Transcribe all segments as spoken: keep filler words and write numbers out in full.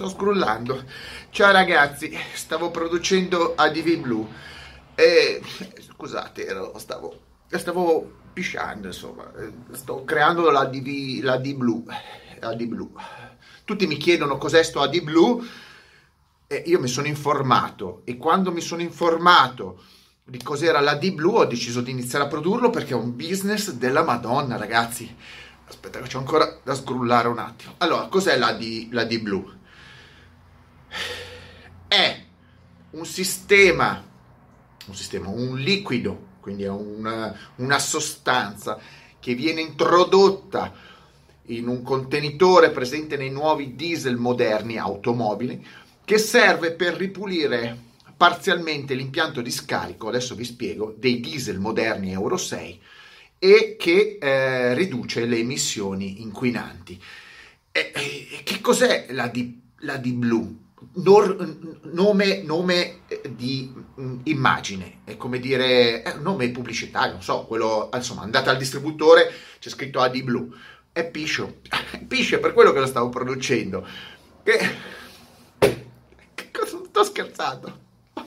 sto scrollando. Ciao ragazzi, stavo producendo A D V Blue e scusate, ero, stavo, stavo pisciando, insomma, sto creando l'A D V, l'A D Blue, A D Blue. Tutti mi chiedono cos'è sto A D Blue e io mi sono informato, e quando mi sono informato di cos'era l'A D Blue ho deciso di iniziare a produrlo, perché è un business della Madonna, ragazzi. Aspetta che c'ho ancora da sgrullare un attimo. Allora, cos'è l'A D, l'A D Blue? È un sistema, un sistema, un liquido, quindi è una, una sostanza che viene introdotta in un contenitore presente nei nuovi diesel moderni automobili, che serve per ripulire parzialmente l'impianto di scarico, adesso vi spiego, dei diesel moderni Euro sei, e che eh, riduce le emissioni inquinanti. E, e, che cos'è l'A D, l'A D Blue? Nor, nome, nome di mh, immagine, è come dire, è un nome pubblicitario, non so, quello, insomma, andate al distributore, c'è scritto A D Blue, è piscio, piscio, è per quello che lo stavo producendo. Che, che cosa, sto scherzando?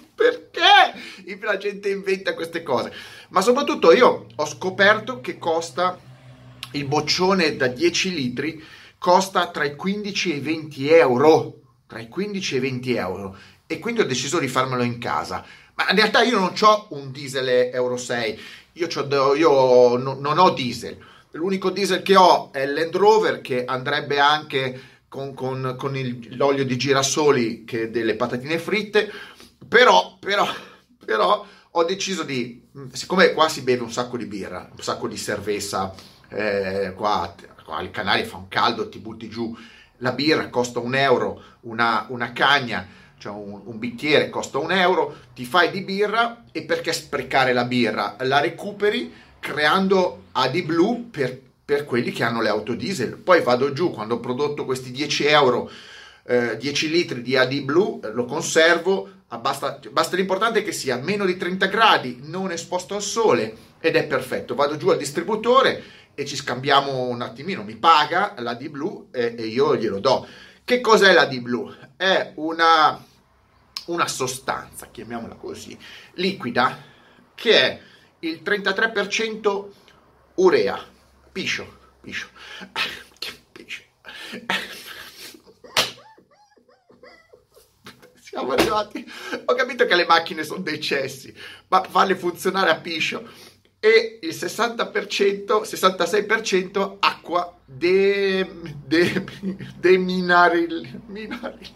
Perché la gente inventa queste cose? Ma soprattutto io ho scoperto che costa, il boccione da dieci litri costa tra i quindici e i venti euro, tra i quindici e i venti euro, e quindi ho deciso di farmelo in casa. Ma in realtà io non ho un diesel Euro sei, io, c'ho, io non, non ho diesel, l'unico diesel che ho è il Land Rover, che andrebbe anche con, con, con il, l'olio di girasoli che delle patatine fritte. Però, però, però ho deciso di, siccome qua si beve un sacco di birra, un sacco di cerveza, eh, qua, qua al Canarie fa un caldo, ti butti giù, la birra costa un euro, una, una cagna, cioè un, un bicchiere costa un euro, ti fai di birra, e perché sprecare la birra? La recuperi creando A D Blue per, per quelli che hanno le auto diesel. Poi vado giù, quando ho prodotto questi dieci euro, eh, dieci litri di A D Blue, eh, lo conservo. Basta, basta l'importante è che sia meno di trenta gradi, non esposto al sole, ed è perfetto. Vado giù al distributore e ci scambiamo un attimino, mi paga l'A D Blue e, e io glielo do. Che cos'è l'A D Blue? È una, una sostanza, chiamiamola così, liquida, che è il trentatré per cento urea, piscio, piscio, piscio. Siamo arrivati. Ho capito che le macchine sono dei cessi, ma farle funzionare a piscio. E il sessanta per cento, sessantasei per cento acqua de, de, deminaril, minaril,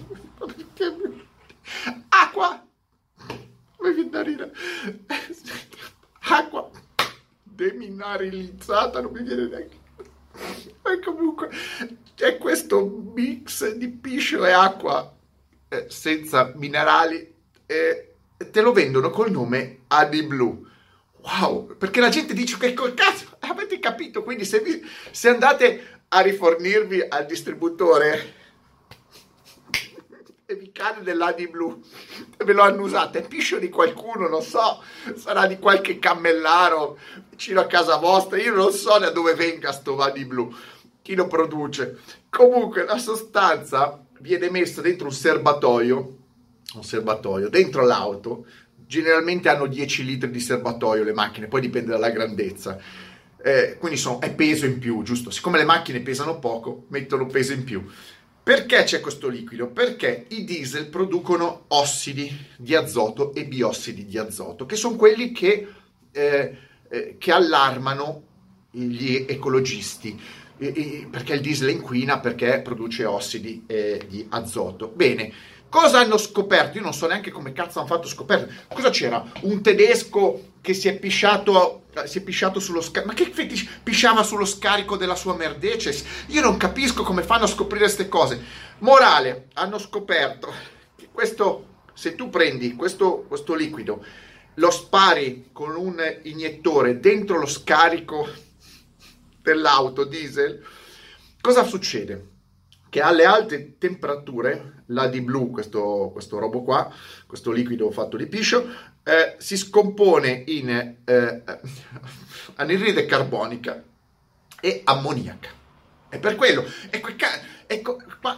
acqua, come viene da ridere? Acqua deminarilizzata, non mi viene neanche. E comunque c'è questo mix di piscio e acqua senza minerali, e te lo vendono col nome A D Blue. Wow, perché la gente dice che col cazzo, avete capito? Quindi se, vi, se andate a rifornirvi al distributore e vi cade dell'A D Blue e ve lo annusate, è piscio di qualcuno, non so, sarà di qualche cammellaro vicino a casa vostra, io non so da dove venga sto A D Blue, chi lo produce. Comunque la sostanza viene messa dentro un serbatoio, un serbatoio dentro l'auto. Generalmente hanno dieci litri di serbatoio le macchine, poi dipende dalla grandezza, eh, quindi sono, è peso in più, giusto? Siccome le macchine pesano poco, mettono peso in più. Perché c'è questo liquido? Perché i diesel producono ossidi di azoto e biossidi di azoto, che sono quelli che, eh, eh, che allarmano gli ecologisti, perché il diesel inquina, perché produce ossidi eh, di azoto. Bene, cosa hanno scoperto? Io non so neanche come cazzo hanno fatto scoperto. Cosa c'era? Un tedesco che si è pisciato, si è pisciato sullo scarico. Ma che pisciava sullo scarico della sua Mercedes? Io non capisco come fanno a scoprire queste cose. Morale, hanno scoperto che questo, se tu prendi questo, questo liquido, lo spari con un iniettore dentro lo scarico dell'auto diesel, cosa succede? Che alle alte temperature l'A D Blue, questo, questo robo qua, questo liquido fatto di piscio, eh, si scompone in eh, anidride carbonica e ammoniaca. È per quello. Ecco, ecco, quando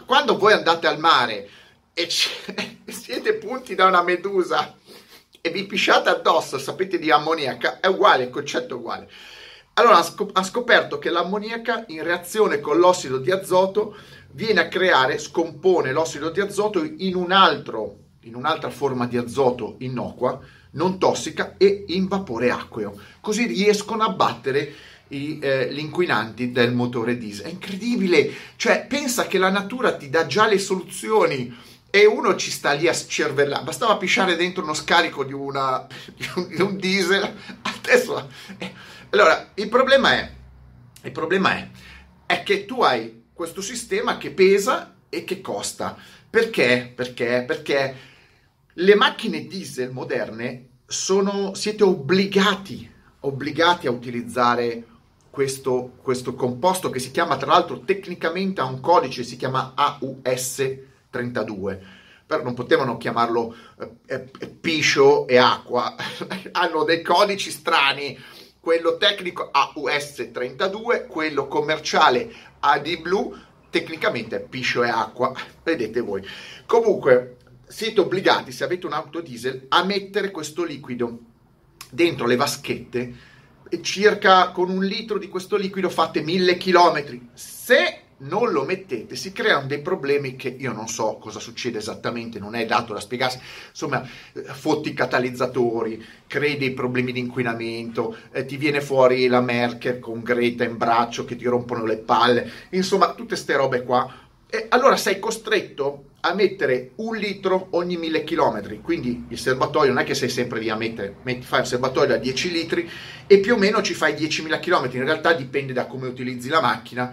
voi andate al mare e siete punti da una medusa e vi pisciate addosso, sapete di ammoniaca, è uguale, il concetto è uguale. Allora ha scoperto che l'ammoniaca in reazione con l'ossido di azoto viene a creare, scompone l'ossido di azoto in un altro, in un'altra forma di azoto innocua, non tossica e in vapore acqueo. Così riescono a battere i, eh, gli inquinanti del motore diesel. È incredibile, cioè pensa che la natura ti dà già le soluzioni e uno ci sta lì a scervellare. Bastava pisciare dentro uno scarico di, una, di, un, di un diesel. Adesso, eh. Allora, il problema è, il problema è, è che tu hai questo sistema che pesa e che costa. Perché? Perché? Perché le macchine diesel moderne sono, siete obbligati, obbligati a utilizzare questo, questo composto che si chiama, tra l'altro tecnicamente ha un codice, si chiama A U S trentadue, però non potevano chiamarlo eh, eh, piscio e acqua, hanno dei codici strani, quello tecnico A U S trentadue, quello commerciale A D Blue, tecnicamente è piscio e acqua, vedete voi. Comunque siete obbligati, se avete un'auto diesel, a mettere questo liquido dentro le vaschette, e circa con un litro di questo liquido fate mille chilometri. Se non lo mettete si creano dei problemi che io non so cosa succede esattamente, non è dato da spiegarsi, insomma fotti i catalizzatori, crei dei problemi di inquinamento, eh, ti viene fuori la Merkel con Greta in braccio che ti rompono le palle, insomma tutte ste robe qua, e allora sei costretto a mettere un litro ogni mille chilometri, quindi il serbatoio non è che sei sempre lì a mettere, metti, fai un serbatoio da dieci litri e più o meno ci fai diecimila chilometri, in realtà dipende da come utilizzi la macchina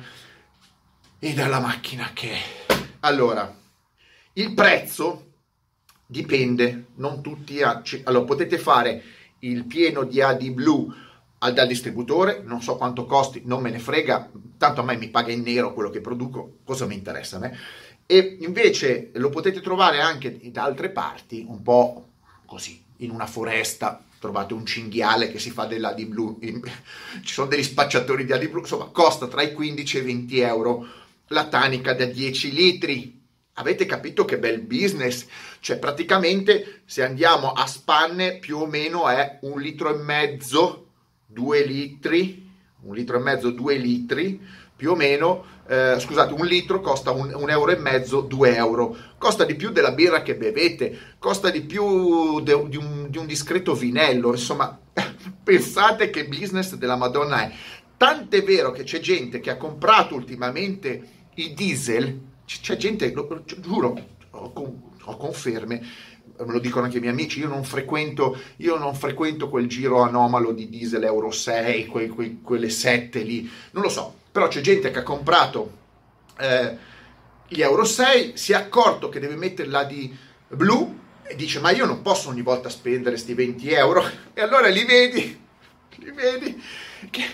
e dalla macchina che è. Allora, il prezzo dipende, non tutti, allora potete fare il pieno di A D Blue dal distributore, non so quanto costi, non me ne frega, tanto a me mi paga in nero quello che produco, cosa mi interessa a me, e invece lo potete trovare anche da altre parti, un po' così, in una foresta, trovate un cinghiale che si fa dell'A D Blue, ci sono degli spacciatori di A D Blue, insomma costa tra i quindici e i venti euro la tanica da dieci litri. Avete capito che bel business? Cioè praticamente se andiamo a spanne più o meno è un litro e mezzo, due litri, un litro e mezzo, due litri, più o meno, eh, scusate, un litro costa un, un euro e mezzo, due euro. Costa di più della birra che bevete, costa di più de, di, un, di un discreto vinello, insomma, pensate che business della Madonna è. Tant'è vero che c'è gente che ha comprato ultimamente i diesel, c'è gente, lo, giuro, ho, ho conferme, me lo dicono anche i miei amici, io non frequento, io non frequento quel giro anomalo di diesel Euro sei, quei, quei, quelle sette lì, non lo so, però c'è gente che ha comprato eh, gli Euro sei, si è accorto che deve metterla di blu e dice ma io non posso ogni volta spendere sti venti euro, e allora li vedi, li vedi che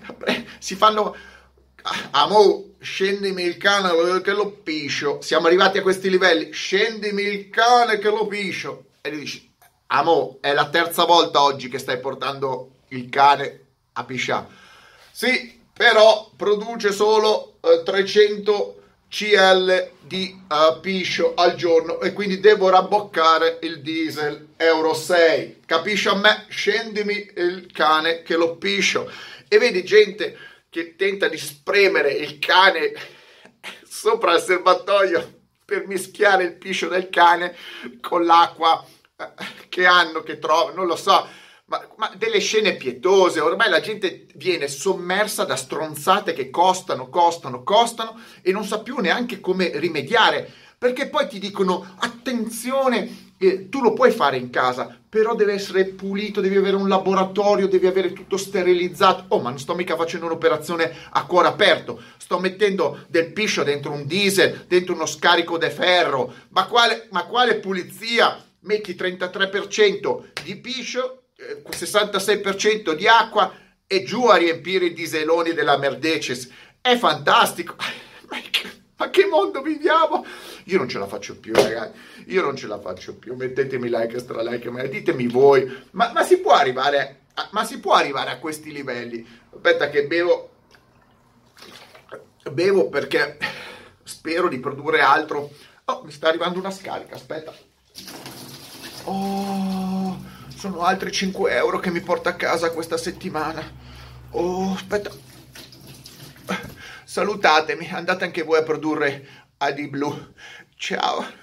si fanno, amo, scendimi il cane che lo piscio, siamo arrivati a questi livelli, scendimi il cane che lo piscio, e gli dici amo, è la terza volta oggi che stai portando il cane a pisciare, sì, però produce solo eh, trecento millilitri di uh, piscio al giorno e quindi devo rabboccare il diesel Euro sei, capisci a me? Scendimi il cane che lo piscio. E vedi gente che tenta di spremere il cane sopra il serbatoio per mischiare il piscio del cane con l'acqua che hanno, che trovano, non lo so, ma, ma delle scene pietose. Ormai la gente viene sommersa da stronzate che costano, costano, costano e non sa più neanche come rimediare, perché poi ti dicono attenzione, eh, tu lo puoi fare in casa, però deve essere pulito, devi avere un laboratorio, devi avere tutto sterilizzato. Oh, ma non sto mica facendo un'operazione a cuore aperto, sto mettendo del piscio dentro un diesel, dentro uno scarico de ferro, ma quale, ma quale pulizia? Metti trentatré per cento di piscio, eh, sessantasei per cento di acqua e giù a riempire i dieseloni della Mercedes. È fantastico. Ma che, ma che mondo viviamo? Io non ce la faccio più, ragazzi. Io non ce la faccio più. Mettetemi like, stra like, ma ditemi voi. Ma, ma si può arrivare a, ma si può arrivare a questi livelli? Aspetta che bevo. Bevo perché spero di produrre altro. Oh, mi sta arrivando una scarica, aspetta. Oh, sono altri cinque euro che mi porta a casa questa settimana. Oh, aspetta. Salutatemi, andate anche voi a produrre A D Blue. Ciao.